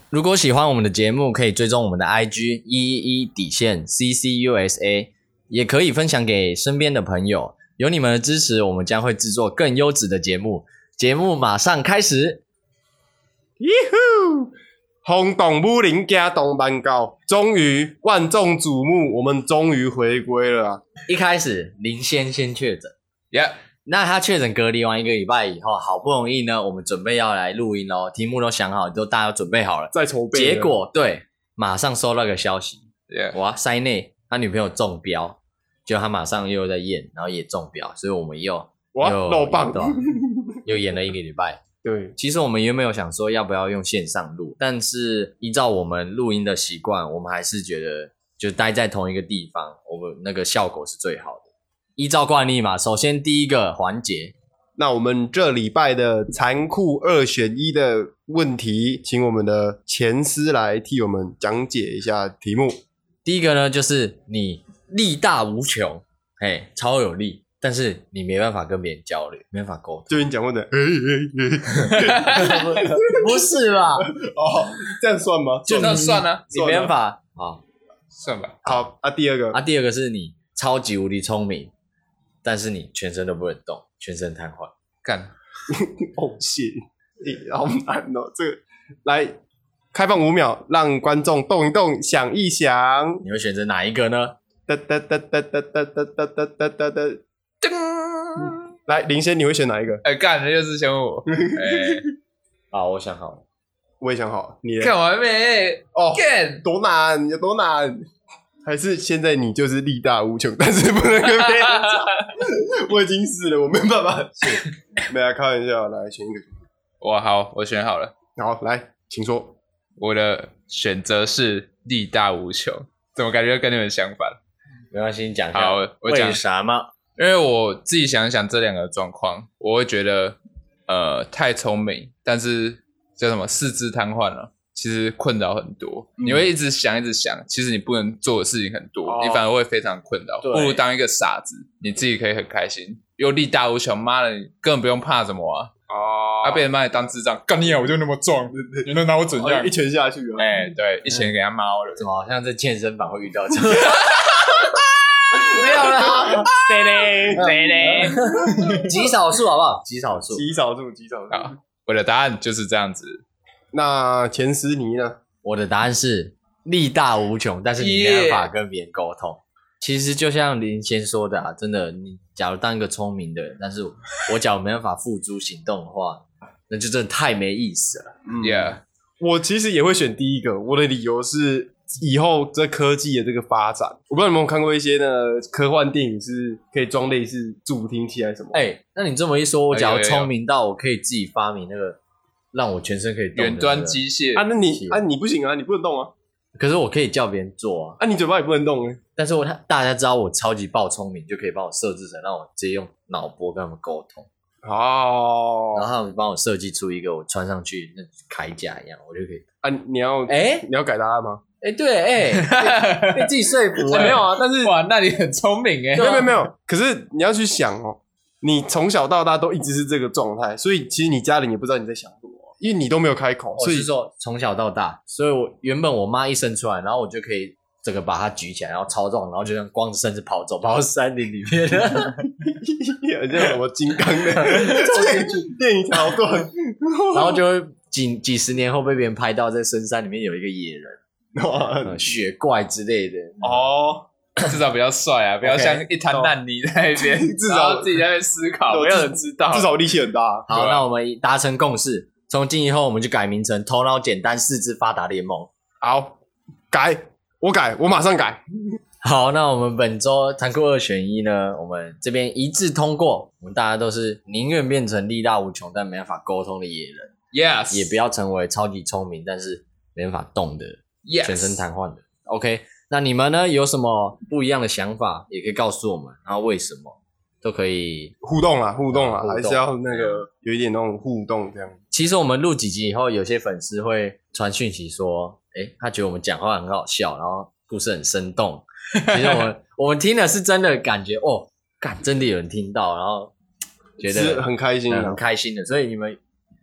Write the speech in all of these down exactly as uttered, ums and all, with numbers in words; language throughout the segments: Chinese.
如果喜欢我们的节目，可以追踪我们的 I G 一一一底线 C C U S A， 也可以分享给身边的朋友。有你们的支持，我们将会制作更优质的节目。节目马上开始。 咦呼！轰动武林加动漫高，终于万众瞩目，我们终于回归了啊！ 一开始林先先确诊 ，Yeah， 那他确诊隔离完一个礼拜以后，好不容易呢，我们准备要来录音咯，题目都想好，都大家都准备好了， 在筹备。 结果对，马上收到个消息 ，Yeah， 哇，塞内他女朋友中标，结果他马上又在验，然后也中标，所以我们又哇漏棒， 又延了一个礼拜。 对， 其实我们原本有想说要不要用线上录，但是依照我们录音的习惯，我们还是觉得就待在同一个地方，我们那个效果是最好的。依照惯例嘛，首先第一个环节， 那我们这礼拜的残酷二选一的问题，请我们的前司来替我们讲解一下题目。 第一个呢，就是你力大无穷，嘿，超有力。但是你没办法跟别人交流，没办法沟通。 就你讲过的，欸欸欸、不是吧？ 哦，这样算吗？ 就那算啊， 你没办法啊， 算吧。 好啊，第二个啊，第二个是你超级无敌聪明，但是你全身都不能动，全身瘫痪。 干， 哦，谢，欸，好难哦。这个来开放五秒，让观众动一动，想一想， 你会选择哪一个呢？ 哒哒哒哒哒哒哒哒哒哒哒哒。嗯、来，林先，你会选哪一个？ 哎、欸，干，又是选我。哎、欸， 好，我想好了， 我也想好了。你看完没？ 哦， 干， 多难，有多难？还是现在你就是力大无穷，但是不能跟别人讲。我已经死了，我没办法选。没来开玩笑，来选一个。 哇，好，我选好了。 好，来，请说。 我的选择是力大无穷，怎么感觉跟你们相反？ 没关系，你讲一下。 好，我讲为啥吗？ 因为我自己想想这两个状况，我会觉得呃太聪明，但是叫什么四肢瘫痪了，其实困扰很多、嗯。你会一直想一直想，其实你不能做的事情很多，哦、你反而会非常困扰。不如当一个傻子，你自己可以很开心，又力大无穷，妈的，你根本不用怕什么啊！哦，啊，被人骂你当智障，干你啊！我就那么壮，你能拿我怎样？ 哦、一拳下去啊！ 哎、欸，对，一拳给他猫了。 怎么好像在健身房会遇到这种？没有啦，对嘞，对嘞，极少数好不好？极少数， 极少数，极少数。 好，我的答案就是这样子。 那前十你呢？ 我的答案是力大无穷，但是你没办法跟别人沟通。Yeah. 其实就像林先说的啊，真的，你假如当一个聪明的人，但是我假如没办法付诸行动的话，那就真的太没意思了。 嗯、yeah， 我其实也会选第一个，我的理由是。以后这科技的这个发展，我不知道你们有没有看过一些呢科幻电影，是可以装类似助听器还是什么？ 哎、欸，那你这么一说，我假如聪明到我可以自己发明那个让我全身可以动的、那个、 远端机械啊，那你啊你不行啊，你不能动啊。 可是我可以叫别人做啊， 啊你嘴巴也不能动哎。 但是我大家知道我超级爆聪明，就可以帮我设置成让我直接用脑波跟他们沟通。 哦， 然后他们帮我设计出一个我穿上去那铠甲一样，我就可以。 啊，你要哎、欸， 你要改答案吗？ 哎、欸，对，哎、欸，被自己说服、欸， 没有啊，但是哇，那你很聪明哎， 没有没有没有，可是你要去想哦，你从小到大都一直是这个状态，所以其实你家人也不知道你在想什么，因为你都没有开口。 我是说从小到大，所以我原本我妈一生出来，然后我就可以这个把它举起来，然后操纵，然后就像光着身子跑走，跑到山林里面， 很像什么金刚的电影桥段， 然后就会几几十年后被别人拍到在深山里面有一个野人。嗯、雪怪之类的哦，至少比较帅啊，不要像一滩烂泥在那边，至少自己在那边思考，没有人知道， 至少力气很大。 好，那我们达成共识，从今以后我们就改名成头脑简单四肢发达联盟。 好，改，我改，我马上改。 好，那我们本周残酷二选一呢，我们这边一致通过，我们大家都是宁愿变成力大无穷但没办法沟通的野人 ，yes， 也不要成为超级聪明但是没办法动的。 Yes. 全身瘫痪的 OK， 那你们呢有什么不一样的想法也可以告诉我们，然后为什么都可以互动啦互动啦、 嗯、 还是要那个有一点那种互动这样。 其实我们录几集以后，有些粉丝会传讯息说诶他觉得我们讲话很好笑，然后故事很生动。其实我们我们听的是真的感觉哦干真的有人听到，然后觉得是很开心的、 嗯、很开心的，所以你们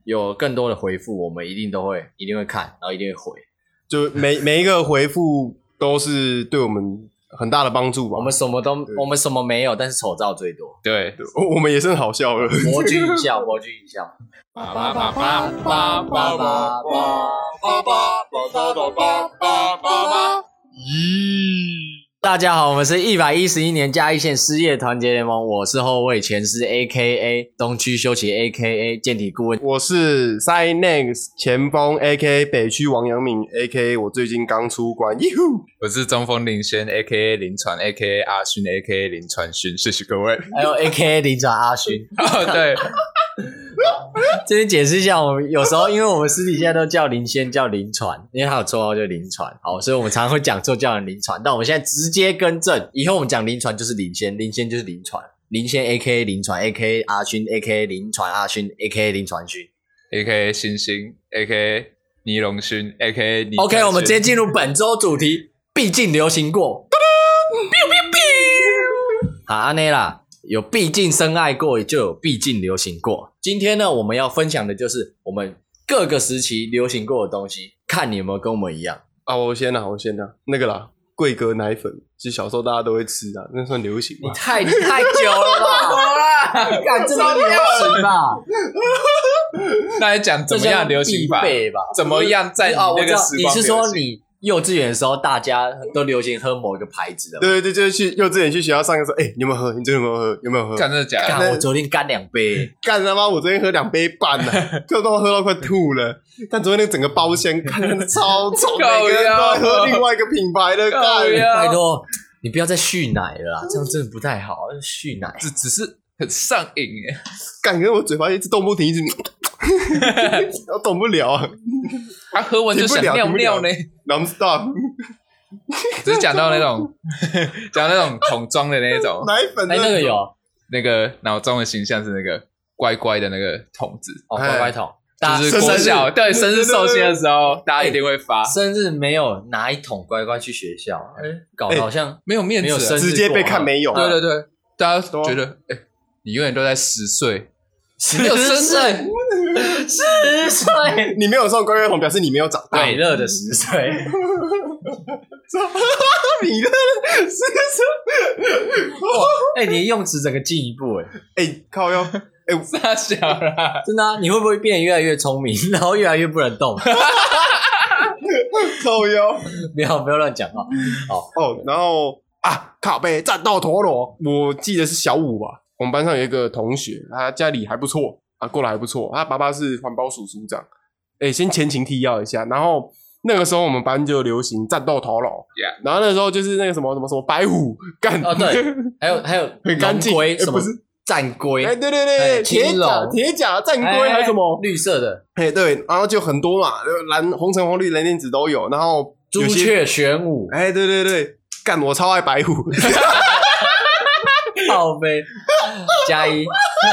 有更多的回复，我们一定都会一定会看，然后一定会回。 就每每一个回复都是对我们很大的帮助吧。 我们什么都我们什么没有，但是丑照最多。 对， 我我们也是很好笑了， 博君一笑，博君一笑。 叭叭叭叭叭叭叭叭叭叭叭叭叭。 咦， 大家好，我们是一百一十一年嘉义县失业团结联盟，我是后卫前师 A K A 东区修齐 A K A 健体顾问， 我是 Cynex 前锋 A K A 北区王阳明 A K A 我最近刚出关，耶呼！ 我是中锋领先 A K A 林传 A K A 阿勋 A K A 林传勋，谢谢各位。 还有 A K A 林传阿勋。 哦，对。 这边解释一下，我们有时候因为我们私底下都叫林先，叫林传，因为他有绰号叫林传，好，所以我们常常会讲错叫人林传，但我们现在直接更正，以后我们讲林传就是林先，林先就是林传，林先 A K A 林传 A K A 阿勋 A K A 林传阿勋 A K A 林传勋 A K A 星星 A K A 尼龙勋 A K A 尼。 OK， 我们直接进入本周主题，毕竟流行过。好，安内啦。有毕竟深爱过，就有毕竟流行过。今天呢，我们要分享的就是我们各个时期流行过的东西，看你有没有跟我们一样啊！我先啦，我先啦，那个啦，桂格奶粉，其实小时候大家都会吃啊，那算流行吗？ 你太你太久了吧？干这么流行吧？ 那你讲怎么样流行法？怎么样在你那个时光？ 你是说你？幼稚园的时候，大家都流行喝某一个牌子的。 对对对，就是去幼稚园去学校上课说，哎、欸，你有没有喝？你昨天有没有喝？有没有喝？ 干真的假的？ 干我昨天干两杯， 干他妈！我昨天喝两杯半呢、啊，就都喝到快吐了。但昨天那个整个包厢看得超重，每个人都在喝另外一个品牌的。干， 拜托，你不要再续奶了啦，这样真的不太好。续奶只只是很上瘾耶。 干，可是我嘴巴一直动不停，一直。我动不了啊！ 他喝完就想尿尿呢 ，non stop。 只是讲到那种，讲到那种桶装的那种奶粉， 哎、欸，那个有那个脑中的形象是那个乖乖的那个桶子哦，乖乖桶， 就是国小对生日寿星的时候，大家一定会发。 生日没有拿一桶乖乖去学校，哎、欸，搞得好像、欸、 没有面子、啊， 直接被看没有。 对对对，大家觉得哎、欸，你永远都在十岁。 十六岁，十岁， 你没有送乖乖桶，表示你没有长大。 美乐的十岁， 米乐的十岁， 哇！哎、欸，你的用词整个进一步、欸， 哎，哎，靠腰，哎、欸， 傻小啦， 真的、啊，你会不会变得越来越聪明，然后越来越不能动？ 靠腰， 不要不要乱讲话。哦哦，然后啊，靠背战斗陀螺，我记得是小五吧。我们班上有一个同学，他家里还不错啊，过得还不错。他爸爸是环保署署长。哎，先前情提要一下，然后那个时候我们班就流行战斗陀螺， yeah. 然后那个时候就是那个什么什么什么白虎干哦，对，还有还有很干净， 龟什么不是战龟， 哎，对对对，铁甲铁甲战龟还是什么绿色的， 哎对，然后就很多嘛，蓝红橙黄绿蓝靛紫都有，然后朱雀玄武， 哎对对对，干我超爱白虎。 靠杯加一，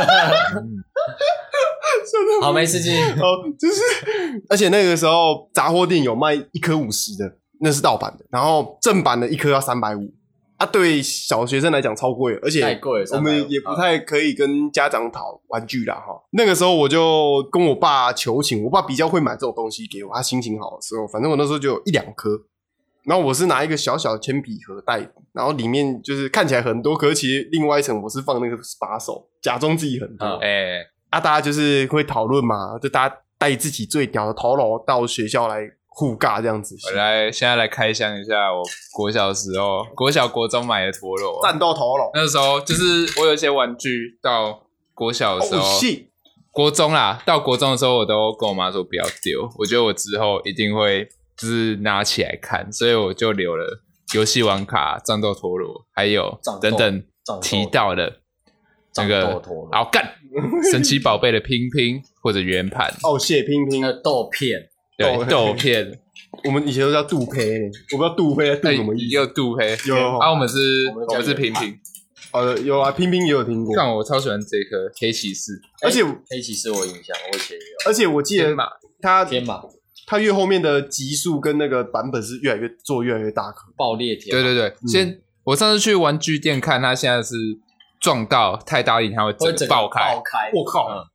好没事情哦，就是，而且那个时候杂货店有卖一颗五十的，那是盗版的，然后正版的一颗要三百五啊，对小学生来讲超贵，而且太贵了， 我们也不太可以跟家长讨玩具啦哈。那个时候我就跟我爸求情，我爸比较会买这种东西给我，他心情好的时候，反正我那时候就有一两颗。然后我是拿一个小小的铅笔盒袋，然后里面就是看起来很多，可是其实另外一层我是放那个把手，假装自己很多。 哎、嗯欸， 啊，大家就是会讨论嘛，就大家带自己最屌的陀螺到学校来互尬这样子。 我来，现在来开箱一下我国小的时候，国小国中买的陀螺， 战斗陀螺。 那时候就是我有一些玩具，到国小的时候， 哦、 国中啦，到国中的时候我都跟我妈说不要丢，我觉得我之后一定会。就是拿起来看，所以我就留了游戏王卡、战斗陀螺，还有等等提到的那个好干神奇宝贝的拼拼或者圆盘哦，谢拼拼的豆片， 对豆片， 我们以前都叫杜胚，我不知道杜胚杜什么意思， 也有杜胚， 有啊，我们是我们是拼拼， 呃，有啊，拼拼也有听过， 看我超喜欢这颗黑骑士， 而且黑骑士我印象，我以前也有， 而且我记得它天马。 它越后面的级数跟那个版本是越来越做越来越大颗， 爆裂天。 对对对，嗯、先我上次去玩具店看，它现在是撞到太大力，它会整个爆开。 爆开！ 我靠！ 嗯、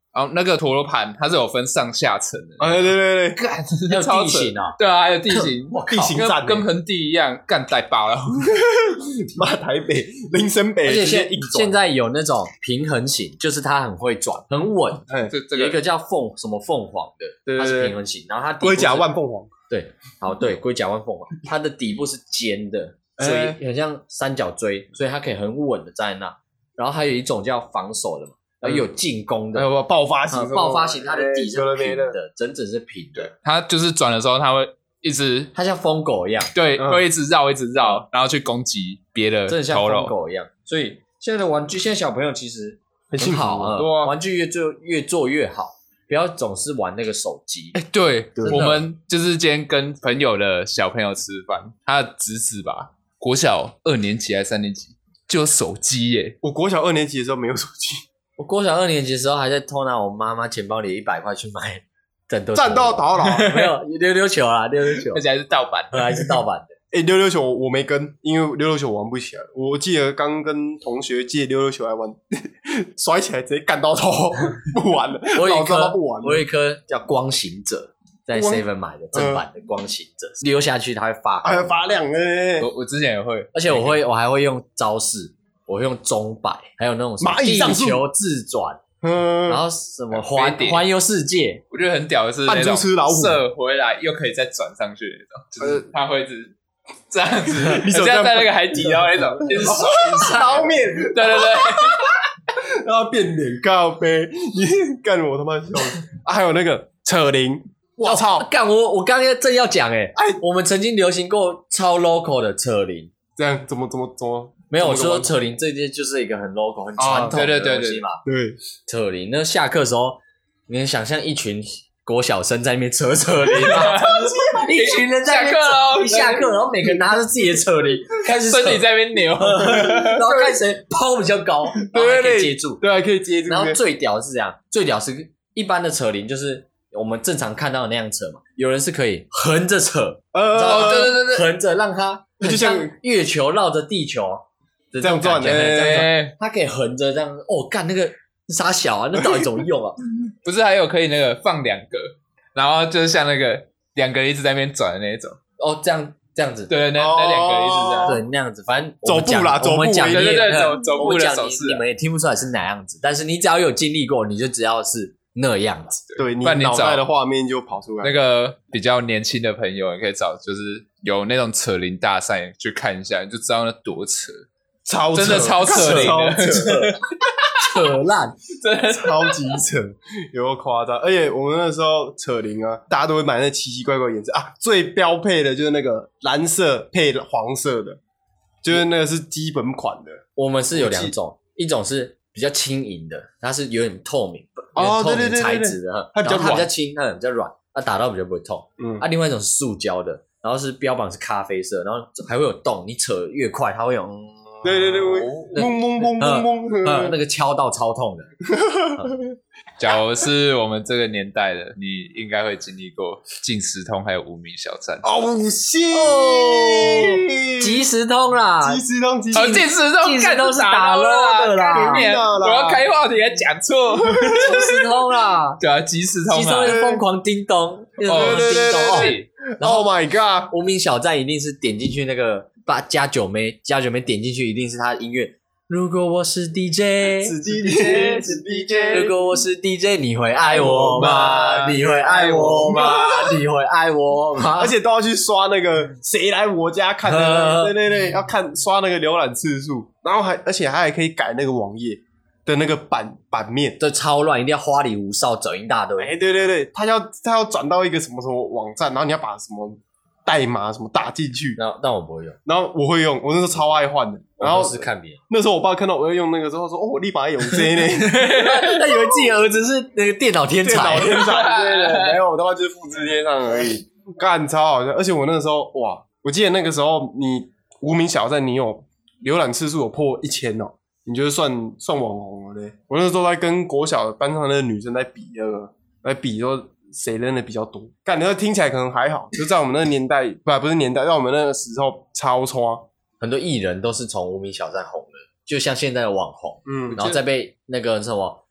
然后那个陀螺盘它是有分上下层的， 哎，对对对， 干， 还有超扯地形啊， 对啊，还有地形， 地形战跟跟盆地一样，干带爆了。 妈台北林森北而且现直接硬转现在有那种平衡型，就是它很会转，很稳。 哎， 这这个有一个叫凤什么凤凰的，它对对对是平衡型，然后它底部是龟甲万凤凰， 对，好对，龟甲万凤凰，它的底部是尖的，所哎以很像三角锥，所以它可以很稳的在那。然后还有一种叫防守的嘛，然后有进攻的还，有爆发型呃，爆发型，它的底是哎平的，整整是平的， 它就是转的时候，它会一直它像疯狗一样， 对， 嗯会一直绕，一直绕，然后去攻击别的真的像疯头肉。 狗一样。所以现在的玩具，现在小朋友其实很幸福好啊， 对啊玩具越做越做越好，不要总是玩那个手机。 哎，对， 对我们就是今天跟朋友的小朋友吃饭，他的侄子吧，国小二年级还是三年级就有手机耶。 我国小二年级的时候没有手机， 我国小二年级的时候还在偷拿我妈妈钱包里一百块去买战斗战斗打扰。 没有溜溜球啦，溜溜球而且还是盗版的。 还是盗版的。 哎，溜溜球我没跟，因为溜溜球玩不起来。我记得刚跟同学借溜溜球来玩，甩起来直接干到头，不玩了。老知道我有一颗他不玩了我有一颗叫光行者，在光 Seven 买的正版的光行者，溜下去它会发光， 还发亮哎， 我我之前也会， 而且我会我还会用招式，我会用钟摆，还有那种什么地蚂蚁上树球自转， 嗯， 然后什么环飞碟环游世界， 我觉得很屌的是扮那种猪吃老虎射回来又可以再转上去的那种，就是他会一直这样子， 你手很像在那个海底捞那种，一直甩，一直甩捞面， 对对对， 然后变脸靠背，你干我他妈笑死！啊，还有那个扯铃，我操， 干我我刚刚正要讲哎、 哎我们曾经流行过超 local 的扯铃。 这样怎么怎么怎么？ 没有，我怎么说扯铃这件就是一个很 local、很传统的对对对对东西嘛。 对， 扯铃，那下课的时候，你能想象一群国小生在那边扯扯铃吗？一群人在那边下课喽一下课，然后每个人拿着自己的扯铃，开始扯身体在那边扭， 然后看谁抛比较高，然后还可以接住。 对，还可以接住。 然后最屌的是这样，最屌是一般的扯铃就是我们正常看到的那样扯嘛，有人是可以横着扯， 呃， 知道吗？ 对对对对横着让它就像很月球绕着地球的这样转种感觉哎这样转， 哎它可以横着这样。哦，干那个傻小啊，那到底怎么用啊？ 不是还有可以那个放两个，然后就是像那个两个人一直在那边转的那种， 哦，这样这样子， 对，那那两个人一直这样， 对，那样子，反正我们走步啦讲我们讲走步你也对对对呃走走步我们讲你的手势啊你们也听不出来是哪样子，但是你只要有经历过，你就知道是那样子。 对你不然你找脑袋的画面就跑出来。 那个比较年轻的朋友，你可以找就是有那种扯铃大赛去看一下，你就知道那多扯， 超扯真的超扯铃超的， 扯， 扯烂， 真的超级扯，有够夸张。而且我们那时候扯铃啊，大家都会买那奇奇怪怪的颜色啊，最标配的就是那个蓝色配黄色的，就是那个是基本款的。 我们是有两种，一种是比较轻盈的，它是有点透明， 哦有点透明对对对对材质的， 它比较然后它比较软轻，它比较软，它打到比较不会痛。 嗯啊，另外一种是塑胶的，然后是标榜是咖啡色，然后还会有洞，你扯越快，它会有。嗯对对对，会那嗡嗡嗡嗡嗡。 呃，那个敲到超痛的。 假如是我们这个年代的，你应该会经历过进食通还有无名小站。 哦，谢即时通啦， 即时通，即时哦， 通， 进食通， 进食干通是打 low 的啦干你娘真的啦我要开话题还讲错， 即时通啦， 对啊，即时通即时通啊， 是疯狂叮咚，那个哦疯狂叮咚哦。 对， 然后 Oh my god！ 无名小站一定是点进去那个把加九妹，加九妹点进去一定是他的音乐。如果我是 D J， 是 D J，是 D J。 如果我是 D J，你会爱我吗？你会爱我吗？你会爱我吗？ 而且都要去刷那个谁来我家看的， 呃对对对，要看刷那个浏览次数，然后还而且还可以改那个网页的那个版版面。 这超乱，一定要花里胡哨整一大堆。 哎，对对对，他要他要转到一个什么什么网站，然后你要把什么代码什么打进去， 那但我不会用， 然后我会用，我那时候超爱换的。然后我都是看别人。 那时候我爸看到我要用那个之后说：“哦，我立马用这呢。” 他以为自己的儿子是那个电脑天电脑才， 天才，对的，没有，我他妈就是复制贴上而已，干超好笑。而且我那个时候，哇，我记得那个时候你无名小站，你有浏览次数有破一千哦，你就是算算网红了嘞。我那时候在跟国小班上的女生在比那个，来比说谁认的比较多。干，你说听起来可能还好，就在我们那个年代，不不是年代，在我们那个时候超穿， 很多艺人都是从无名小站红的，就像现在的网红， 嗯， 然后再被那个什么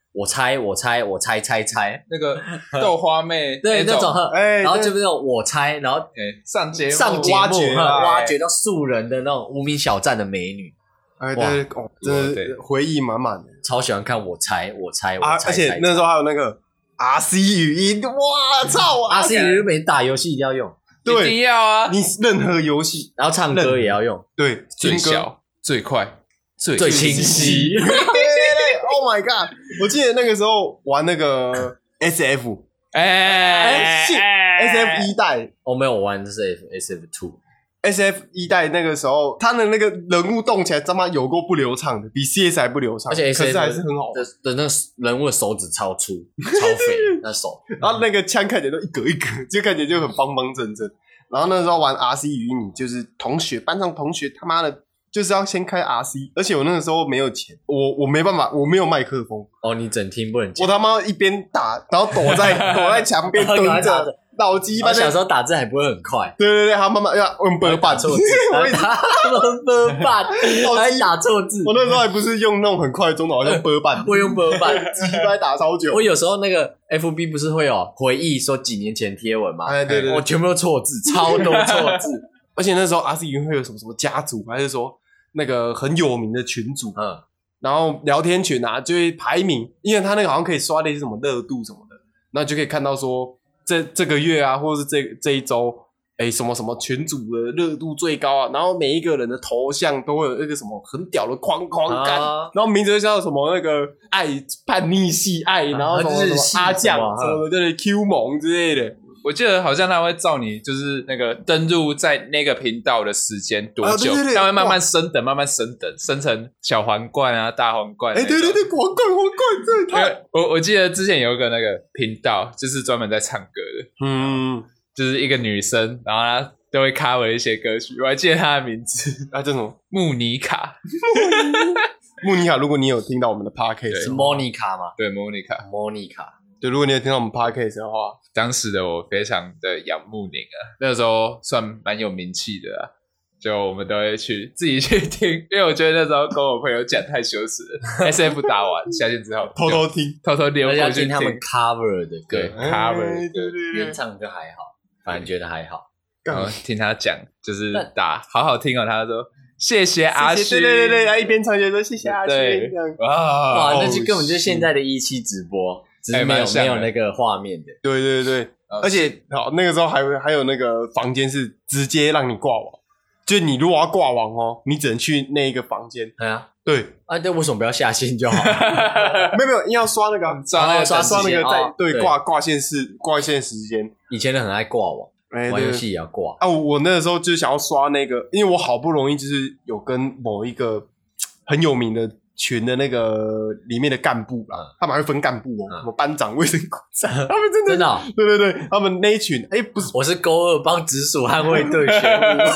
我猜我猜我猜猜猜， 那个豆花妹对那种， 哎， 然后就是那种我猜，然后上节目上节目挖掘挖掘到素人的那种无名小站的美女， 哎对，哦，真的回忆满满的， 超喜欢看我猜我猜我猜， 而且那时候还有那个 R C 语音，哇操 ！R C 语音每打游戏一定要用， 对，一定要啊！ 你任何游戏， 然后唱歌也要用， 对， 最小、最快、最最清晰。 对对对 ，Oh my god！ 我记得那个时候玩那个 S F， 哎 ，S F 一代， 我没有玩，这是 S F 二。 S F 一代那个时候，他的那个人物动起来，他妈有够不流畅的，比 C S 还不流畅， 而且 S F 可是还是很好的的那个人物的手指超粗、超肥，那手， 然后那个枪看起来都一格一格，就看起来就很方方正正。然后那时候玩 R C 语音，你就是同学班上同学他妈的，就是要先开 R C， 而且我那个时候没有钱，我我没办法，我没有麦克风。 哦，你整听不能讲。 我他妈一边打，然后躲在躲在墙边蹲着，脑机。 我小时候打字还不会很快。 对对对，他慢慢要用波板错字，我打波板，还打错字。 我那时候还不是用那种很快的中脑，用波板， 我用波板， 机在打超久。 我有时候那个 F B 不是会有回忆说几年前贴文吗？ 哎，对对， 我全部都错字，超多错字。 而且那时候 R C 语音会有什么什么家族，还是说那个很有名的群组， 嗯。 然后聊天群啊，就会排名，因为他那个好像可以刷那些什么热度什么的，那就可以看到说这这个月啊，或者是这这一周，哎，什么什么群组的热度最高啊，然后每一个人的头像都会有那个什么很屌的框框感，啊、然后名字就叫什么那个爱叛逆系爱，然后什么什么阿酱什么的 Q 萌之类的。 我记得好像他会照你就是那个登入在那个频道的时间多久，他、啊、会慢慢升等，慢慢升等，升成小皇冠啊、大皇冠。 哎，对对对，皇冠皇冠，对。 太……我我记得之前有一个那个频道，就是专门在唱歌的， 嗯， 就是一个女生，然后她都会 cover 一些歌曲，我还记得她的名字， 啊，叫什么？ 穆妮卡。 穆妮卡，如果你有听到我们的 podcast， 是莫妮卡吗？ 对，莫妮卡， 莫妮卡。 对，如果你有听到我们 podcast 的话， 当时的我非常的仰慕您啊，那个时候算蛮有名气的啊，就我们都会去自己去听，因为我觉得那时候跟我朋友讲太羞耻了。S F 打完下线之后， 偷偷听， 偷偷溜过去听他们 cover 的歌、 对 ，cover 对对对， 原唱就还好，反正觉得还好。 然后听他讲，就是打好好听哦，他说。谢谢阿勋， 对对对对，然后一边唱一边说谢谢阿勋，这样哇，那就根本就是现在的一期直播，只是没有没有那个画面的。 对对对，而且好那个时候还有还有那个房间是直接让你挂网，就是你如果要挂网哦，你只能去那一个房间。 对啊， 对啊，对，为什么不要下线就好？ 没有没有，要刷那个刷那个刷刷那个在对挂挂线时挂线时间。 以前人很爱挂网。欸、玩游戏也要挂啊！我那个时候就想要刷那个，因为我好不容易就是有跟某一个很有名的群的那个里面的干部啦，嗯、他们还会分干部哦，什么、嗯、班长、卫生股长，他们真的真的、哦， 对对对，他们那一群，哎、欸，不是， 我是勾二帮直属捍卫队学务。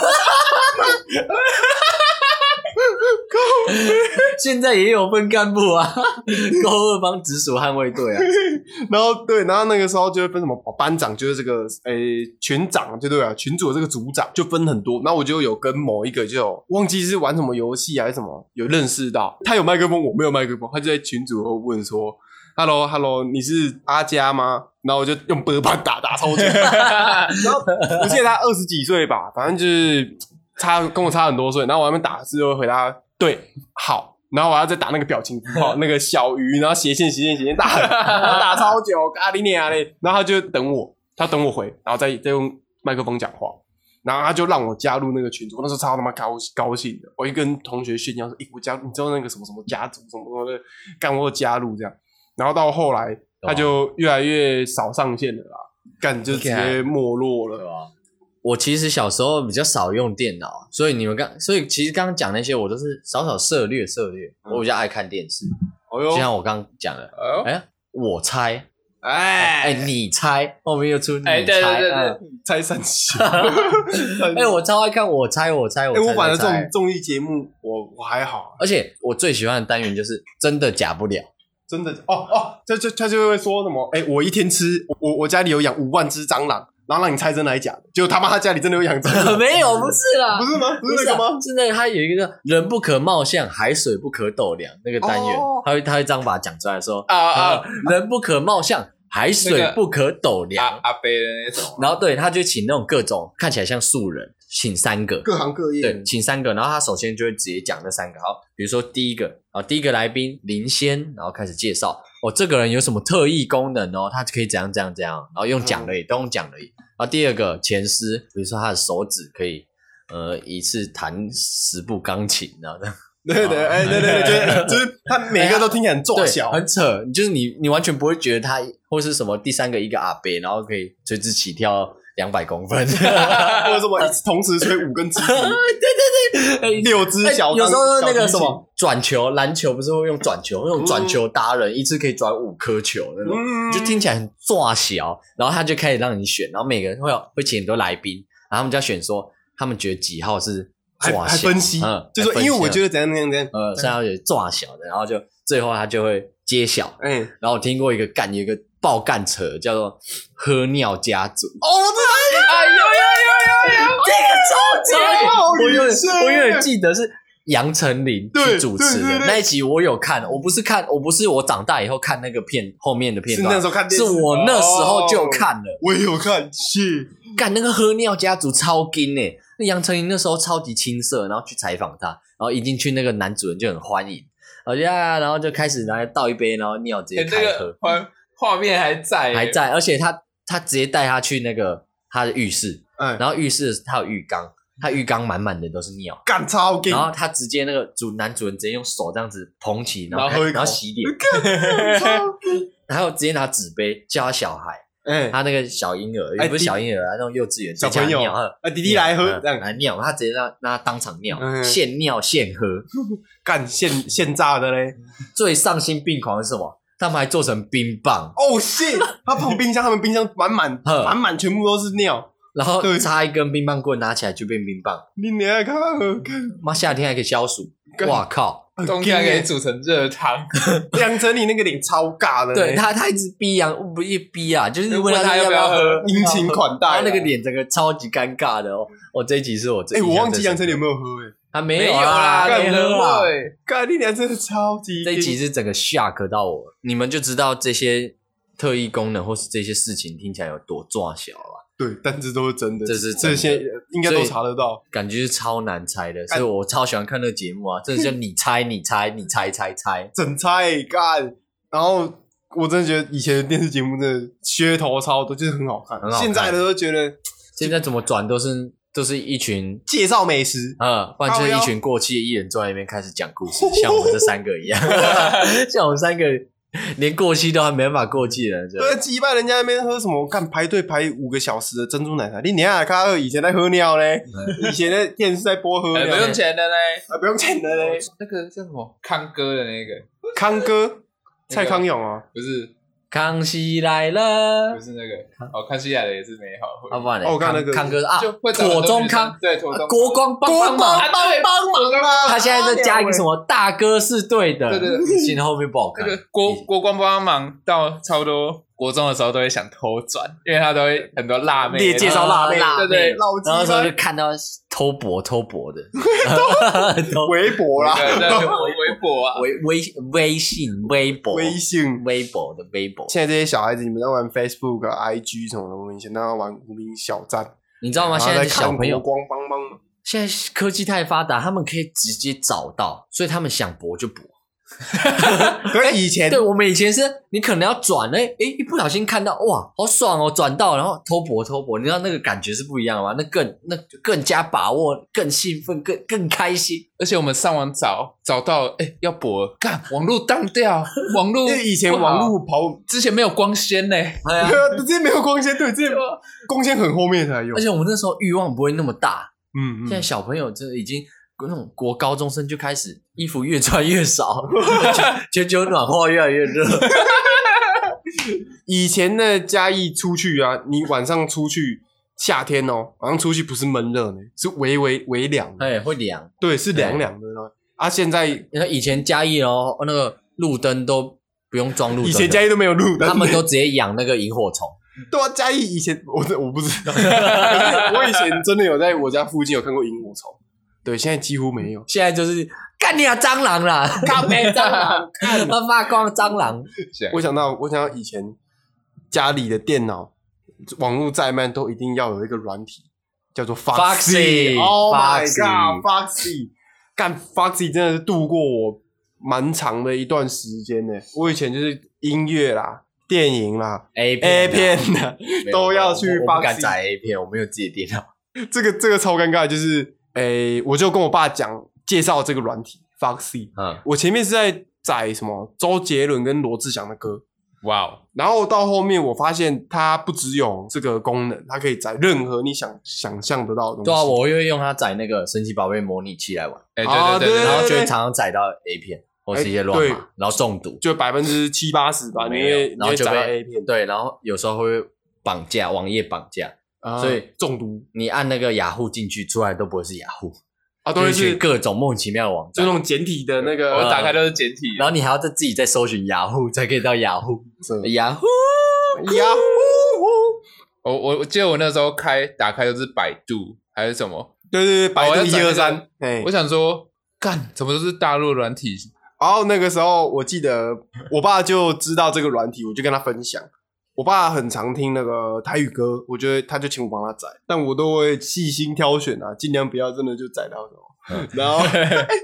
现在也有分干部啊，勾二帮直属捍卫队啊。 然后对，然后那个时候就会分什么班长，就是这个诶群长，就对啊，群组的这个组长就分很多。然后我就有跟某一个就有忘记是玩什么游戏还是什么，有认识到他有麦克风，我没有麦克风，他就在群组后问说 ：“Hello Hello， 你是阿佳吗？”然后我就用波板打打超久。然后我记得他二十几岁吧，反正就是差跟我差很多岁。然后我还没打字就回答对好。然后我要再打那个表情符号，那个小鱼，然后斜线斜线斜线打，然后打超久，咖喱尼亚嘞。然后他就等我，他等我回，然后再再用麦克风讲话。然后他就让我加入那个群组，我那时候超他妈高高兴的，我一跟同学炫耀说：“诶、欸，我加入，你知道那个什么什么家族什么什么的，干我加入这样。”然后到后来，他就越来越少上线了啦，干就直接没落了。 我其实小时候比较少用电脑，所以你们刚，所以其实刚刚讲那些我都是少少涉略涉略。嗯、我比较爱看电视，哦、就像我刚刚讲的，哎、欸，我猜，哎哎，你猜，后面又出你猜， 哎，对对对对， 嗯、猜三七。 哎、欸，我超爱看我猜我猜我猜。哎、 欸，我反正这种综艺节目我我还好， 而且我最喜欢的单元就是真的假不了。 真的哦哦，他就他就会说什么？哎、欸，我一天吃我我家里有养五万只蟑螂， 然后让你猜真的还是假的，结果他妈他家里真的有养珍珠没有，不是啦， 不是吗？不是那个吗？ 是那个，他有一个人不可貌相，海水不可斗量那个单元， 哦他会他会这样把它讲出来说啊啊， 人不可貌相，海水不可斗量。 阿阿贝的那种， 然后对，他就请那种各种看起来像素人，请三个， 各行各业， 对，请三个，然后他首先就会直接讲那三个，好，比如说第一个啊，第一个来宾林仙，然后开始介绍哦，这个人有什么特异功能哦，他可以怎样怎样怎样，然后用讲的也都用讲的。然后第二个前师，比如说他的手指可以呃一次弹十部钢琴，然后这样。 对对，哎，对对对，就是就是他每个都听起来很作小， 很扯，就是你你完全不会觉得他或是什么第三个一个阿伯，然后可以垂直起跳两百公分，或者什么同时吹五根肢体，对对对，六只小， 有时候那个什么转球，篮球不是会用转球，那种转球达人，一次可以转五颗球那种，就听起来很作小，然后他就开始让你选，然后每个人会有会请很多来宾，然后他们就要选说他们觉得几号是。 还还分析，嗯、就说因为我觉得怎样怎样怎样， 呃，所以他就抓小的，然后就最后他就会揭晓。嗯，然后我听过一个干，有一个爆干扯，叫做喝尿家族。 哦，这哎呦呦呦呦， 这个超级好，我有点我有点记得是杨丞琳去主持的那一集，我有看，我不是看，我不是我长大以后看那个片后面的片段， 是那时候看电视， 是我那时候就看了， 我也有看，是干那个喝尿家族超劲诶。那杨丞琳那时候超级青涩，然后去采访他，然后一进去那个男主人就很欢迎，然后就然后就开始拿来倒一杯，然后尿直接开喝， 画、欸、画面还在还在，而且他他直接带他去那个他的浴室，嗯，然后浴室他有浴缸，他浴缸满满的都是尿， 干超劲， 然后他直接那个主男主人直接用手这样子捧起，然后然后, 然后洗脸，然后直接拿纸杯叫他小孩。欸、他那个小婴儿，也不是小婴儿啊，那种幼稚园小朋友尿啊，弟弟来喝，这样来尿，他直接让让他当场尿，嗯、现尿现喝， 干现现榨的嘞。 最丧心病狂是什么？他们还做成冰棒哦，shit！他放冰箱，他们冰箱满满满满全部都是尿， 然后插一根冰棒棍，拿起来就变冰棒。 你娘看， 妈夏天还可以消暑，哇靠！ 冬天还可以煮成热汤。 杨丞琳那个脸超尬的， 对他他一直逼杨不一逼啊，就是问他要不要喝， 殷勤款待， 他那个脸整个超级尴尬的哦。我这一集是我这， 哎，我忘记杨丞琳有没有喝哎， 他没有啦，没喝啊。 干你娘真的超级， 这一集是整个 shock 到我，你们就知道这些特异功能或是这些事情听起来有多抓小了。 对，但这都是真的， 这是这些应该都查得到， 感觉是超难猜的，所以我超喜欢看那个节目啊！真的就你猜你猜你猜猜猜， 整猜干。然后我真的觉得以前的电视节目真的噱头超多，就是很好看， 很好看。 现在的都觉得现在怎么转都是都是一群介绍美食， 嗯，不然就是一群过气的艺人坐在那边开始讲故事，像我们这三个一样，像我们三个。连过期都还没办法过期了， 对，击败人家那边喝什么？干排队排五个小时的珍珠奶茶，你娘啊！卡尔以前在喝尿嘞，以前的电视在播喝尿， 不用钱的嘞， 啊，不用钱的嘞。 那个叫什么康哥的那个康哥，蔡康永啊， 不是。 康熙来了， 不是那个哦，康熙来了也是美好。 啊，不然呢？ 我看那个康哥啊， 妥中康， 对，妥中国光帮帮忙， 帮忙啊！ 他现在在加一个什么大哥是对的， 对对对， 信后面不好看。 那个国国光帮忙到差不多国中的时候都会想偷转，因为他都会很多辣妹列介绍辣妹， 对对， 然后时候就看到偷博偷博的， 微博啦， 微博啊， 微微微信、微博、 微信、 微博的微博。 现在这些小孩子，你们在玩 Facebook、I G 什么的，我们以前都要玩无名小站， 你知道吗？现在小朋友光帮帮， 现在科技太发达，他们可以直接找到，所以他们想博就博。 可以前对我们以前是你可能要转哎哎一不小心看到哇好爽哦转到然后偷博偷博，你知道那个感觉是不一样的吗？那更那更加把握更兴奋更更开心， 而且我们上网找找到哎要博干网络当掉网络， 因为以前网络跑之前没有光纤呢， 对啊，之前没有光纤，对，之前光纤很后面才有， 而且我们那时候欲望不会那么大， 嗯， 现在小朋友真的已经。那种国高中生就开始衣服越穿越少，全球暖化越来越热。 以前的嘉义出去啊，你晚上出去，夏天哦，晚上出去不是闷热呢，是微微微凉， 哎，会凉， 对，是凉凉的呢。啊，现在你看以前嘉义哦，那个路灯都不用装路灯， 以前嘉义都没有路灯， 他们都直接养那个萤火虫。 对啊，嘉义以前我我不知道，可是我以前真的有在我家附近有看过萤火虫，对，现在几乎没有。 现在就是干你啊蟑螂啦， 靠北蟑螂，看他发光蟑螂。 我想到，我想到以前家里的电脑网络再慢都一定要有一个软体，叫做 Foxy。Oh my god，Foxy， 干 Foxy 真的是度过我蛮长的一段时间呢。我以前就是音乐啦、电影啦、 A 片、 A 片啦，都要去 Foxy。 我不敢载 A 片，我没有自己的电脑。 这个这个超尴尬，就是诶，我就跟我爸讲介绍这个软体 Foxy。嗯，我前面是在载什么周杰伦跟罗志祥的歌。 哇哦！ 然后到后面我发现它不只有这个功能，它可以载任何你想想象得到的东西。 对啊，我会用它载那个神奇宝贝模拟器来玩。 哎、欸，对对对, 对, 对， 然后就会常常载到 A 片或是一些乱码、欸，然后中毒， 就百分之七八十吧。因为然后就被 A 片， 对，然后有时候会绑架，网页绑架，啊、所以中毒。 你按那个雅虎进去，出来都不会是雅虎。 啊，都是各种莫名其妙的网站， 就那种简体的那个， 我打开都是简体， 然后你还要再自己再搜寻雅虎，才可以到雅虎。雅虎， 雅虎。 我我我记得我那时候开打开都是百度还是什么， 对对对，百度一二三。 我想说，干，怎么都是大陆软体？ 然后那个时候我记得我爸就知道这个软体，我就跟他分享。我爸很常听那个台语歌，我觉得他就请我帮他载，但我都会细心挑选啊，尽量不要真的就载到什么。嗯、然后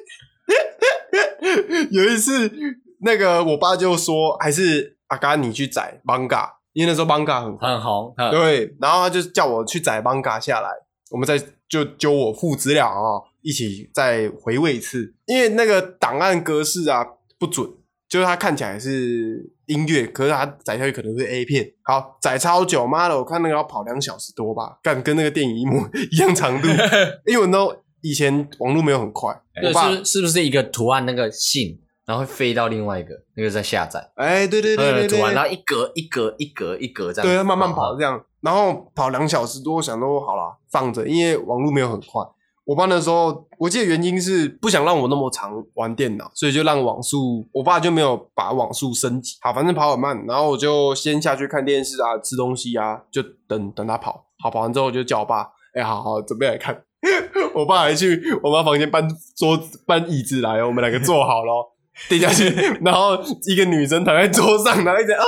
有一次，那个我爸就说，还是阿嘎你去载 manga， 因为那时候 manga 很很红， 对，然后他就叫我去载 manga 下来，我们再就揪我附资料啊，一起再回味一次，因为那个档案格式啊不准。就是它看起来是音乐，可是它载下去可能是 A 片。好，载超久，妈的，我看那个要跑两小时多吧，干跟那个电影一模一样长度。因为我都以前网络没有很快， 对，是是不是一个图案那个信，然后会飞到另外一个，那个在下载。 哎，对对对对对， 图案，然后一格一格一格一格这样， 对，慢慢跑这样，然后跑两小时多，我想说好啦，放着，因为网络没有很快。我爸那时候，我记得原因是不想让我那么常玩电脑，所以就让网速，我爸就没有把网速升级。好，反正跑很慢，然后我就先下去看电视啊，吃东西啊，就等等他跑。好，跑完之后我就叫我爸，哎、欸，好好准备来看。我爸还去我妈房间搬桌子、搬椅子来，我们两个坐好了，跌下去，然后一个女生躺在桌上，然后一直啊。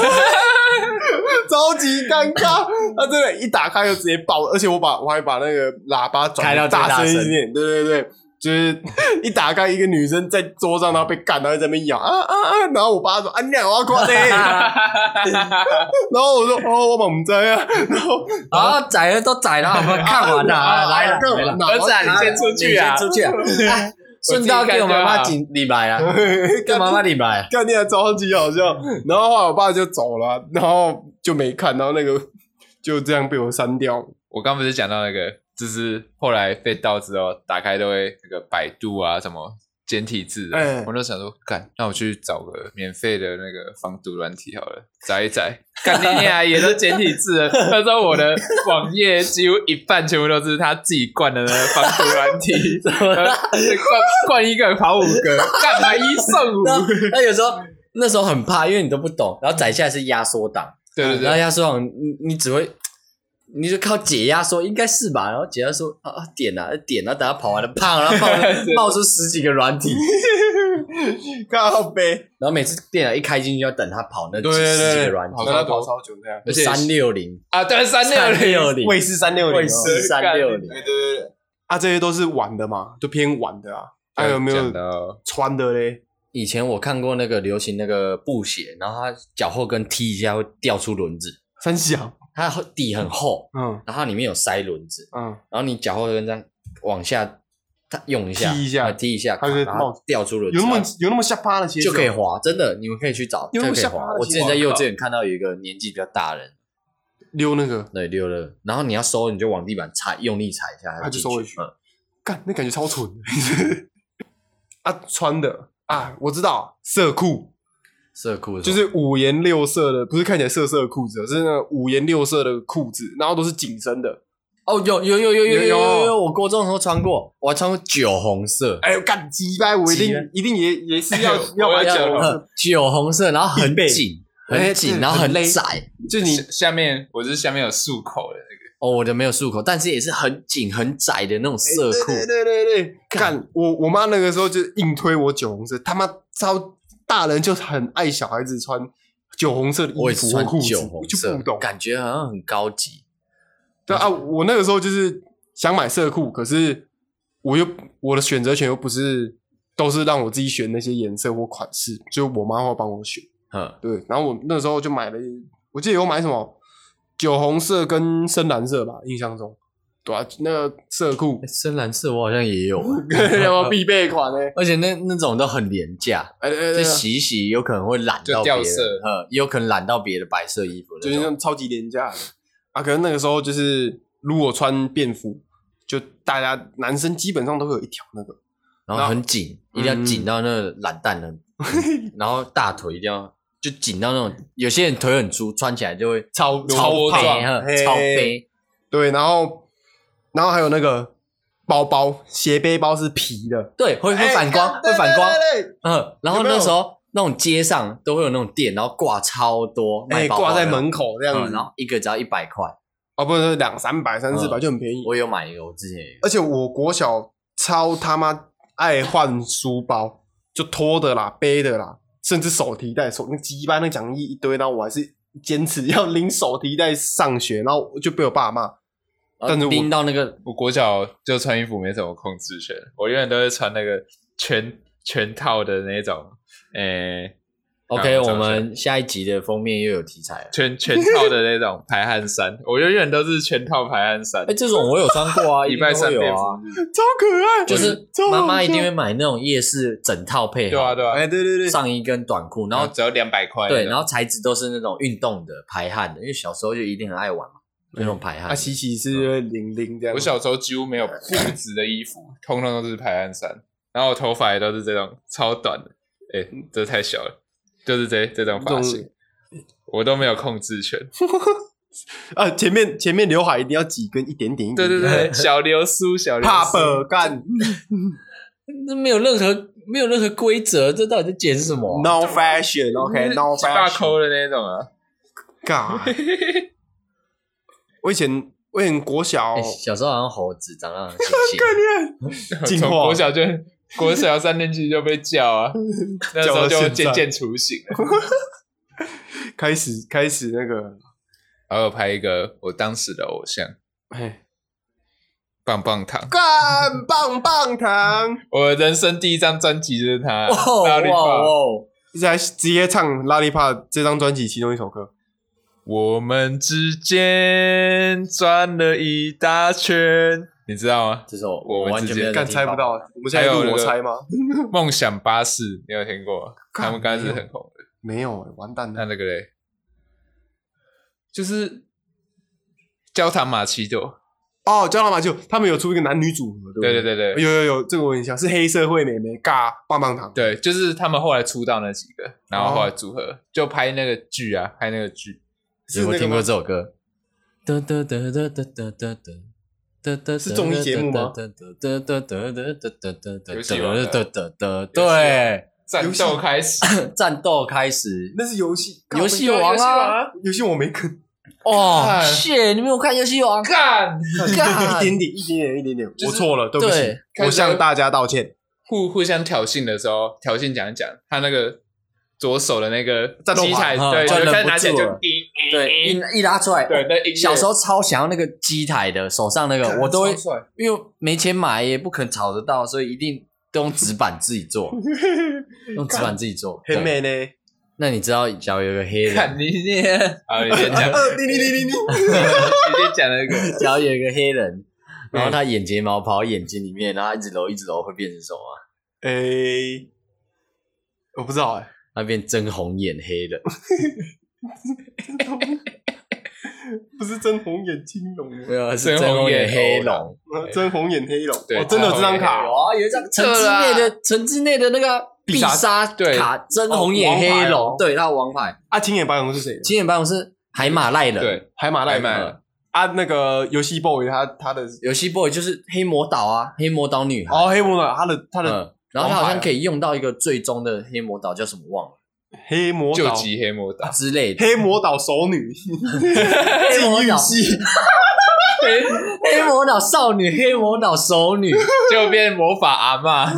超级尴尬，他真的，一打开就直接爆，而且我把我还把那个喇叭转到大声一点，对对对，就是一打开一个女生在桌上，然后被干，然后在那边咬啊啊啊，然后我爸说啊你我要夸你，然后我说哦我唔知啊，然后啊宰了都宰了，我们看完了，来了， 儿子啊你先出去啊， 出去啊。顺道给我妈妈领礼拜啊，给妈妈礼拜， 看起来超级好笑。然后后来我爸就走了，然后就没看，然后那个就这样被我删掉。 我刚不是讲到那个，就是后来被盗之后，打开都会那个百度啊什么简体字的，欸、我就想说，干，那我去找个免费的那个防毒软体好了，载一载。干你娘也都简体字了，那时候我的网页几乎一半全部都是他自己灌的那个防毒软体，灌灌一个跑五个，干买一送五。 那有时候那时候很怕，因为你都不懂，然后载下来是压缩档， 对对对， 然后压缩档你你只会。你就靠解压缩，应该是吧？然后解压缩啊啊点啊点，然后等他跑完了，砰，然后冒冒出十几个软体， 靠背。 然后每次电脑一开进去，要等他跑那几十几个软体， 等他跑超久这样。 而且三六零啊，对，三六零， 卫视三六零， 卫视三六零， 对对对。啊，这些都是玩的嘛，都偏玩的啊。还有没有穿的嘞？ 以前我看过那个流行那个布鞋，然后它脚后跟踢一下会掉出轮子， 三小。 它底很厚， 嗯， 然后里面有塞轮子， 嗯， 然后你脚后跟这样往下用一下， 踢一下， 踢一下， 它就掉出轮子， 有那么有那么下趴的鞋就可以滑，真的，你们可以去找， 有那么下趴。我之前在幼稚园看到有一个年纪比较大的人溜那个， 对，溜了，然后你要收，你就往地板踩，用力踩一下， 他就收回去。嗯，干，那感觉超蠢啊！穿的啊，我知道，色裤。 色裤就是五颜六色的，不是看起来色色的裤子，是那五颜六色的裤子，然后都是紧身的。 哦，有有有有有有有有，我国中的时候穿过，我还穿过酒红色。 哎呦，干鸡掰，我一定一定也也是要要买酒红色， 酒红色，然后很紧很紧，然后很窄， 就你下面我是下面有束口的那个。 哦，我的没有束口，但是也是很紧很窄的那种色裤。 对对对对对，干我我妈那个时候就硬推我酒红色，他妈超大人就很爱小孩子穿酒红色的衣服或裤子， 酒红色， 就不懂， 感觉好像很高级。 对啊，我那个时候就是想买色裤，可是我又我的选择权又不是都是让我自己选那些颜色或款式，就我妈会帮我选。 嗯， 对，然后我那时候就买了，我记得有买什么酒红色跟深蓝色吧，印象中，对啊，那个色裤， 深蓝色我好像也有， 有必备款呢、欸， 而且那那种都很廉价， 哎哎就洗一洗有可能会染到别的， 就掉色， 嗯，也有可能染到别的白色衣服， 就是那种超级廉价的啊。可能那个时候就是如果穿便服，就大家男生基本上都会有一条那个， 然后很紧，一定要紧到那个染蛋的，然后大腿一定要。就紧到那种，有些人腿很粗，穿起来就会超超背，超背。 对，然后，然后还有那个包包，斜背包是皮的， 对，会会反光，会反光。 对对对， 嗯，然后那时候那种街上都会有那种店，然后挂超多， 哎，挂在门口这样子， 然后一个只要一百块， 哦，不是两三百、三四百就很便宜。 我有买一个，我之前也有。 而且我国小超他妈爱换书包，就拖的啦、背的啦。甚至手提袋，手那鸡巴那讲义一堆，然后我还是坚持要拎手提袋上学，然后就被我爸骂。但是我拎到那个， 我国小就穿衣服没什么控制权，我永远都是穿那个全全套的那种，诶。 OK， 我们下一集的封面又有题材了， 全全套的那种排汗衫，我永远都是全套排汗衫。 哎、欸，这种我有穿过啊， 礼拜三有啊， 超可爱， 就是妈妈一定会买那种夜市整套配好， 对啊对啊， 哎、欸、对对对， 上衣跟短裤，然后只要两百块， 对，然后材质都是那种运动的排汗的，因为小时候就一定很爱玩嘛，那种排汗。 啊，洗洗是零零这样。 我小时候几乎没有布质的衣服，通通都是排汗衫，然后我头发也都是这种超短的，哎、欸，这太小了。就是这这种发型，我都没有控制权。 啊，前面前面刘海一定要几根，一点点，一点点对对对，小流苏，小流苏， 怕本干， 那没有任何没有任何规则，这到底在剪什么、啊、 ？No fashion，OK，No、okay, fashion， 大抠的那种啊。 God， 我以前我以前国小、 欸，小时候好像猴子，长得很新鲜， 从国小就。国小三年级就被叫啊，那时候就渐渐雏形了。 开始开始那个， 然后拍一个我当时的偶像， 哎， 棒棒糖， 干棒棒糖！ 我人生第一张专辑就是他， 哇哇哇！ 来直接唱《Lollipop》这张专辑其中一首歌。 我们之间转了一大圈。你知道吗？ 这首我完全没有干猜不到，我们现在录我猜吗？ 梦想巴士，你有听过？他们刚开始很红的， 没有、欸，完蛋了。 那那个嘞，就是焦糖玛奇朵哦，焦糖玛奇朵，他们有出一个男女组合，对不对？对对对， 有有有，这个我印象是黑社会妹妹尬棒棒糖， 对，就是他们后来出道那几个，然后后来组合、哦、就拍那个剧啊，拍那个剧。 是我听过这首歌。哒哒哒哒哒哒哒哒。 是综艺节目吗？ 游戏王对， 战斗开始， 战斗开始， 那是游戏游戏王啊， 游戏王没看。 哦，谢，你没有看游戏王？ 干干，一点点，一点点，一点点，我错了，对不起，我向大家道歉。 互互相挑衅的时候，挑衅讲一讲，他那个左手的那个机台， 嗯、 对，就开始拿起来就对，一一拉出来， 对，那小时候超想要那个机台的，手上那个我都会，因为没钱买也不可能炒得到，所以一定都用纸板自己做，用纸板自己做， 很美呢。 那你知道，假如有个黑人， 看你念，啊，你先讲， 你你你你你， 你先讲那个， 假如有一个黑人，然后他眼睫毛跑到眼睛里面，然后一直揉一直揉，会变成什么啊？ 诶，我不知道哎。 他变真红眼黑人， 不是真红眼青龙， 没有，是真红眼黑龙， 真红眼黑龙。 对， 哦，真的有这张卡， 有啊，有一张城之内的城之内的那个必杀卡，真红眼黑龙，对，他的王牌。 啊，青眼白龙是谁？ 青眼白龙是海马赖人， 对，海马赖人。啊，那个游戏 boy 他他的游戏 boy 就是黑魔导啊，黑魔导女孩。 哦，黑魔导，他的他的。 然后他好像可以用到一个最终的黑魔导叫什么忘了， 黑魔岛救急黑魔岛之类的， 黑魔岛熟女， 黑魔岛禁欲系， 黑黑魔岛少女，黑魔岛熟女， 就变魔法阿嬷。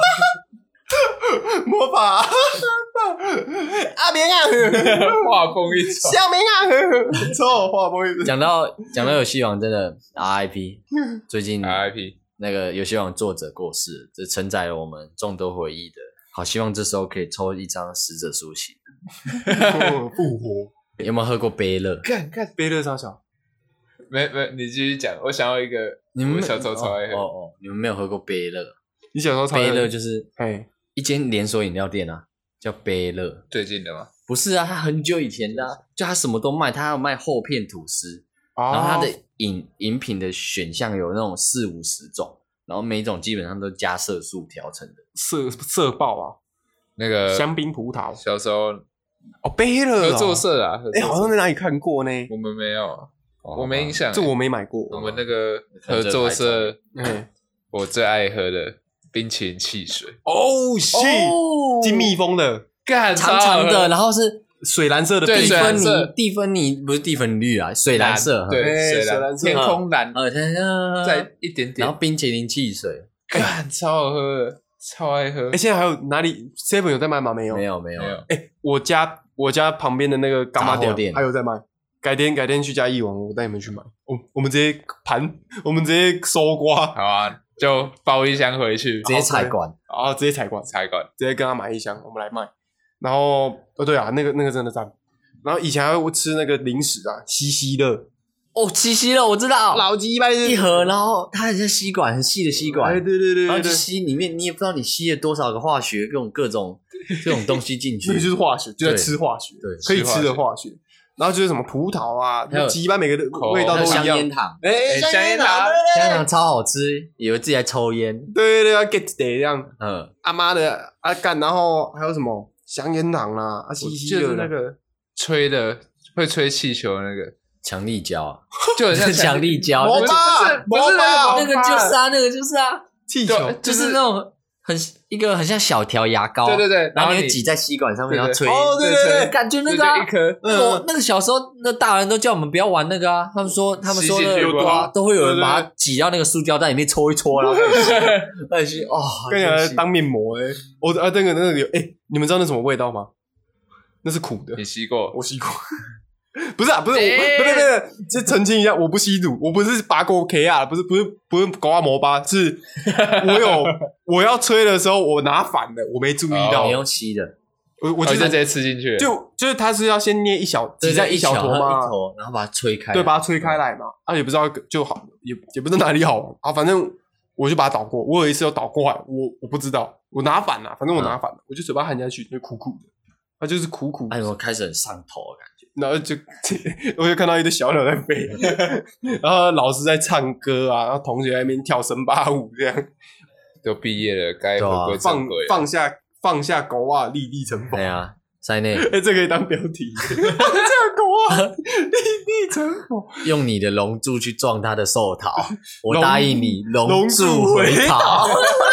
魔法阿明啊， 画风一转， 小明啊，错，画风一转。 讲到讲到游戏王，真的 R I P， 最近 R I P 那个游戏王作者过世，这承载了我们众多回忆的。好，希望这时候可以抽一张死者苏醒。 复活， 有没有喝过杯乐？ 看看杯乐超小， 没没，你继续讲。我想要一个， 你们我小时候超爱喝。 哦哦，你们没有喝过杯乐？ 你小时候超爱杯乐就是哎一间连锁饮料店啊，叫杯乐。 最近的吗？ 不是啊，它很久以前的、啊，就它什么都卖，它还有卖厚片吐司， 哦然后它的饮饮品的选项有那种四五十种，然后每一种基本上都加色素调成的。 色色爆啊， 那个香槟葡萄小时候哦，杯乐合作社啊，合作哎， 社好像在哪里看过呢？ 我们没有， 哦我没印象。 这我没买过。 我们那个合作社， 哎我最爱喝的冰淇淋汽水， 哦，是金蜜蜂的， 干长长的，然后是水蓝色的对蒂水蓝色芬尼，蒂芬尼不是蒂芬绿啊，水蓝色， 对， 哎水水蓝色天空蓝， 呃，再再一点点， 然后冰淇淋汽水干超好喝的，超爱喝哎，。现在还有哪里 Seven 有在卖吗？没有， 没有没有没有， 哎，我家我家旁边的那个干妈杂货店还有在卖。改天改天去嘉义玩，我带你们去买。我我们直接盘，我们直接搜刮， 好啊，就包一箱回去， 直接采管， 然后直接采管， 采管。 直接跟他买一箱，我们来卖。然后哦对啊，那个那个真的赞。然后以前还会吃那个零食啊，西西乐， 哦，七夕了，我知道， 老鸡掰一盒，然后它很像吸管，很细的吸管， 哎，对对对然后就对对， 吸里面，你也不知道你吸了多少个化学各种各种这种东西进去那个，就是化学，就在吃化学， 对可以吃的化学。然后就是什么葡萄啊， 还有鸡掰每个的味道还有都一样。 香烟糖， 哎， 香烟糖糖， 香烟糖超好吃，以为自己在抽烟， 对对对，要 get 得这样。 嗯， 阿妈的啊干，然后还有什么香烟糖啦，啊西西就是乐那个吹的会吹气球的那个， 强力胶啊， 就很像强力胶， 魔那就法， 不是不是魔法那个就是啊，那个就是啊， 气球， 就就是那种很一个很像小条牙膏， 对对对， 然后你你会挤在吸管上面， 对对然后吹， 哦对对对对感觉那就个啊一颗， 我那个小时候，那大人都叫我们不要玩那个啊。他们说，他们说的吸进去对啊，都会有人对对把它挤到那个塑胶袋里面搓一搓，然后再去哦， 跟人真是家当面膜哎、欸，我啊那个那个有哎、欸，你们知道那什么味道吗？那是苦的你，吸过？ 我吸过。不是啊，不是我， 欸不是不是，先澄清一下，我不吸毒，我不是拔过 K 啊，不是不是不是狗啊摩巴，是我有我要吹的时候我拿反了，我没注意到， 你用吸的， 我我记得我就直接吃进去了， 就就是它是要先捏一小挤在一小坨嘛一，坨，然后把它吹开， 对，把它吹开来嘛，啊也不知道就好，也也不知道哪里好玩啊，反正我就把它倒过，我有一次有倒过来，我我不知道，我拿反了，反正我拿反了，我就嘴巴含下去就苦苦的，它就是苦苦的哎，我开始很上头的感觉。 然后就我就看到一堆小鸟在飞，然后老师在唱歌啊，然后同学在那边跳森巴舞，这样都毕业了，该对啊回归放正轨了。 放下放下狗啊，立地成佛。 对啊，塞内哎，这可以当标题。放下狗啊，立地成佛。 用你的龙柱去撞他的寿桃，我龙答应你，龙龙柱柱回回桃。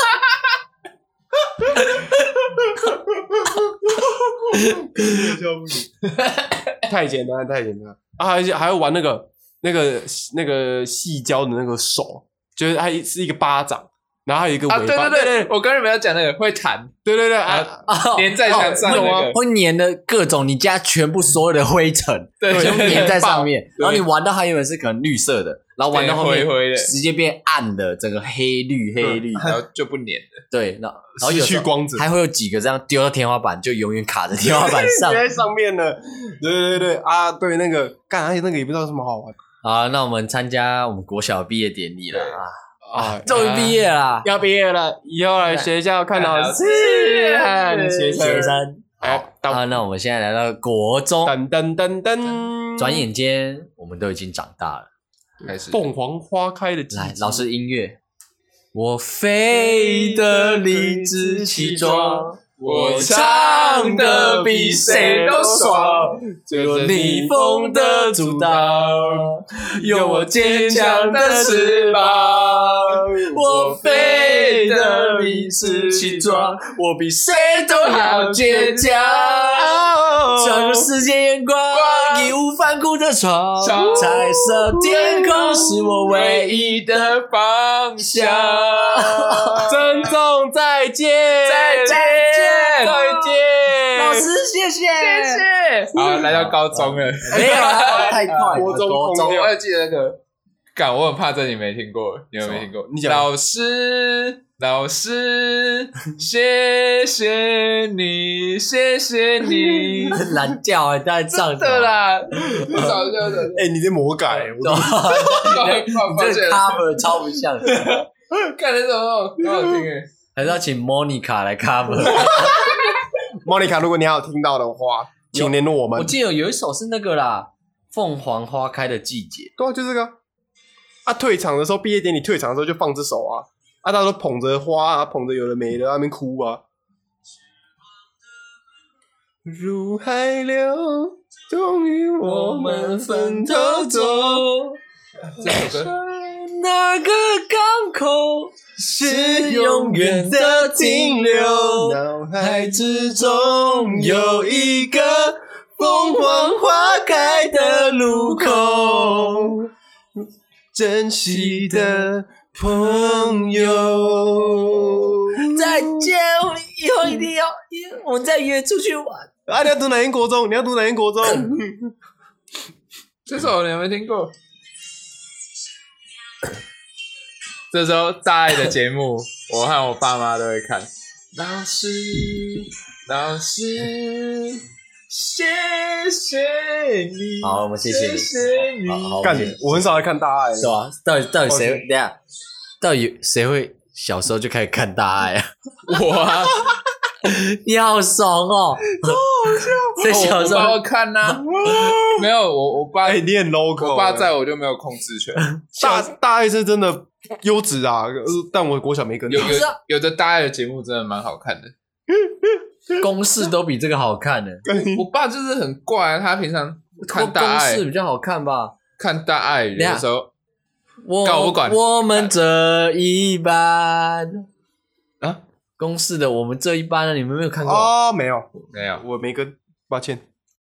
太简单了，太简单了啊！还还要玩那个那个那个细胶的那个手，就是它是一个巴掌，然后还有一个尾巴， 啊，对对对对，我刚才没有讲那个会弹， 对对对啊！ 啊粘在墙上会的那个， 会粘的各种你家全部所有的灰尘， 对全部粘在上面， 对然后你玩到它原本是可能绿色的，然后玩到后面对灰灰的直接变暗的，整个黑绿黑绿， 然后就不粘了。 对，然后然后有失时候去光泽， 还会有几个这样丢到天花板，就永远卡在天花板上贴。在上面了。对对对啊，对那个干，而且那个也不知道有什么好玩好，那我们参加我们国小毕业典礼了啊， 啊。 终于毕业了， 要毕业了，以后来学校看老师和学生。 学生。 哎好，啊，那我们现在来到国中， 噔噔噔噔， 转眼间我们都已经长大了。 开始凤凰花开的季节。 来，老师音乐。我飞得理直气壮，我唱得比谁都爽，有逆风的阻挡，有我坚强的翅膀。我飞得理彼此起撞，我比谁都要倔强。穿过世界眼光，义无反顾的闯，彩色天空是我唯一的方向。 珍重，再见， 再见， 再见， 老师谢谢谢谢。 好，来到高中了， 没有啦，太快了。 国中国中我还记得那个，干，我很怕这你没听过，你有没有听过？ 你讲老师，老师，谢谢你，谢谢你， 懒觉还在唱真的啦，不早就的， 哎，你在魔改，我你这个 cover 超不像的， 看得怎么很好听诶。 还是要请 Monica 来 cover。 莫妮卡，如果你还有听到的话，请联络我们。 我记得有一首是那个啦，凤凰花开的季节。 对啊，就这个啊。啊退场的时候，毕业典礼退场的时候就放这首啊，啊，大家都捧着花啊，捧着有的没的，在那边哭啊。入海流，终于我们分头走。 这首歌那个港口是永远的停留， 脑海之中有一个凤凰花开的路口， 珍惜的朋友。 再见，我们以后一定要，我们再约出去玩。 啊，你要读哪间国中？你要读哪间国中？ 这首你有没有听过？这时候大爱的节目，我和我爸妈都会看。老师，老师，谢谢你。 好，我们谢谢你。 谢谢你。 好好， 干，我很少来看大爱， 是吧？到底到底谁？ OK 等一下，到底谁会小时候就开始看大爱啊？ 我啊， 你好怂哦！所以小时候我爸会看呐。没有，我我爸哎，你很 local。 我爸在我就没有控制权。 大大爱是真的优质啊，呃但我国小没跟有到。 有有的大爱的节目真的蛮好看的。 公式都比这个好看呢。 我爸就是很怪，他平常看大公爱式比较好看吧？ 看大爱，有的时候我干我不管我们这一班啊， 公式的我们这一班呢，你们没有看过？ 哦，没有， 没有。 我没跟，抱歉。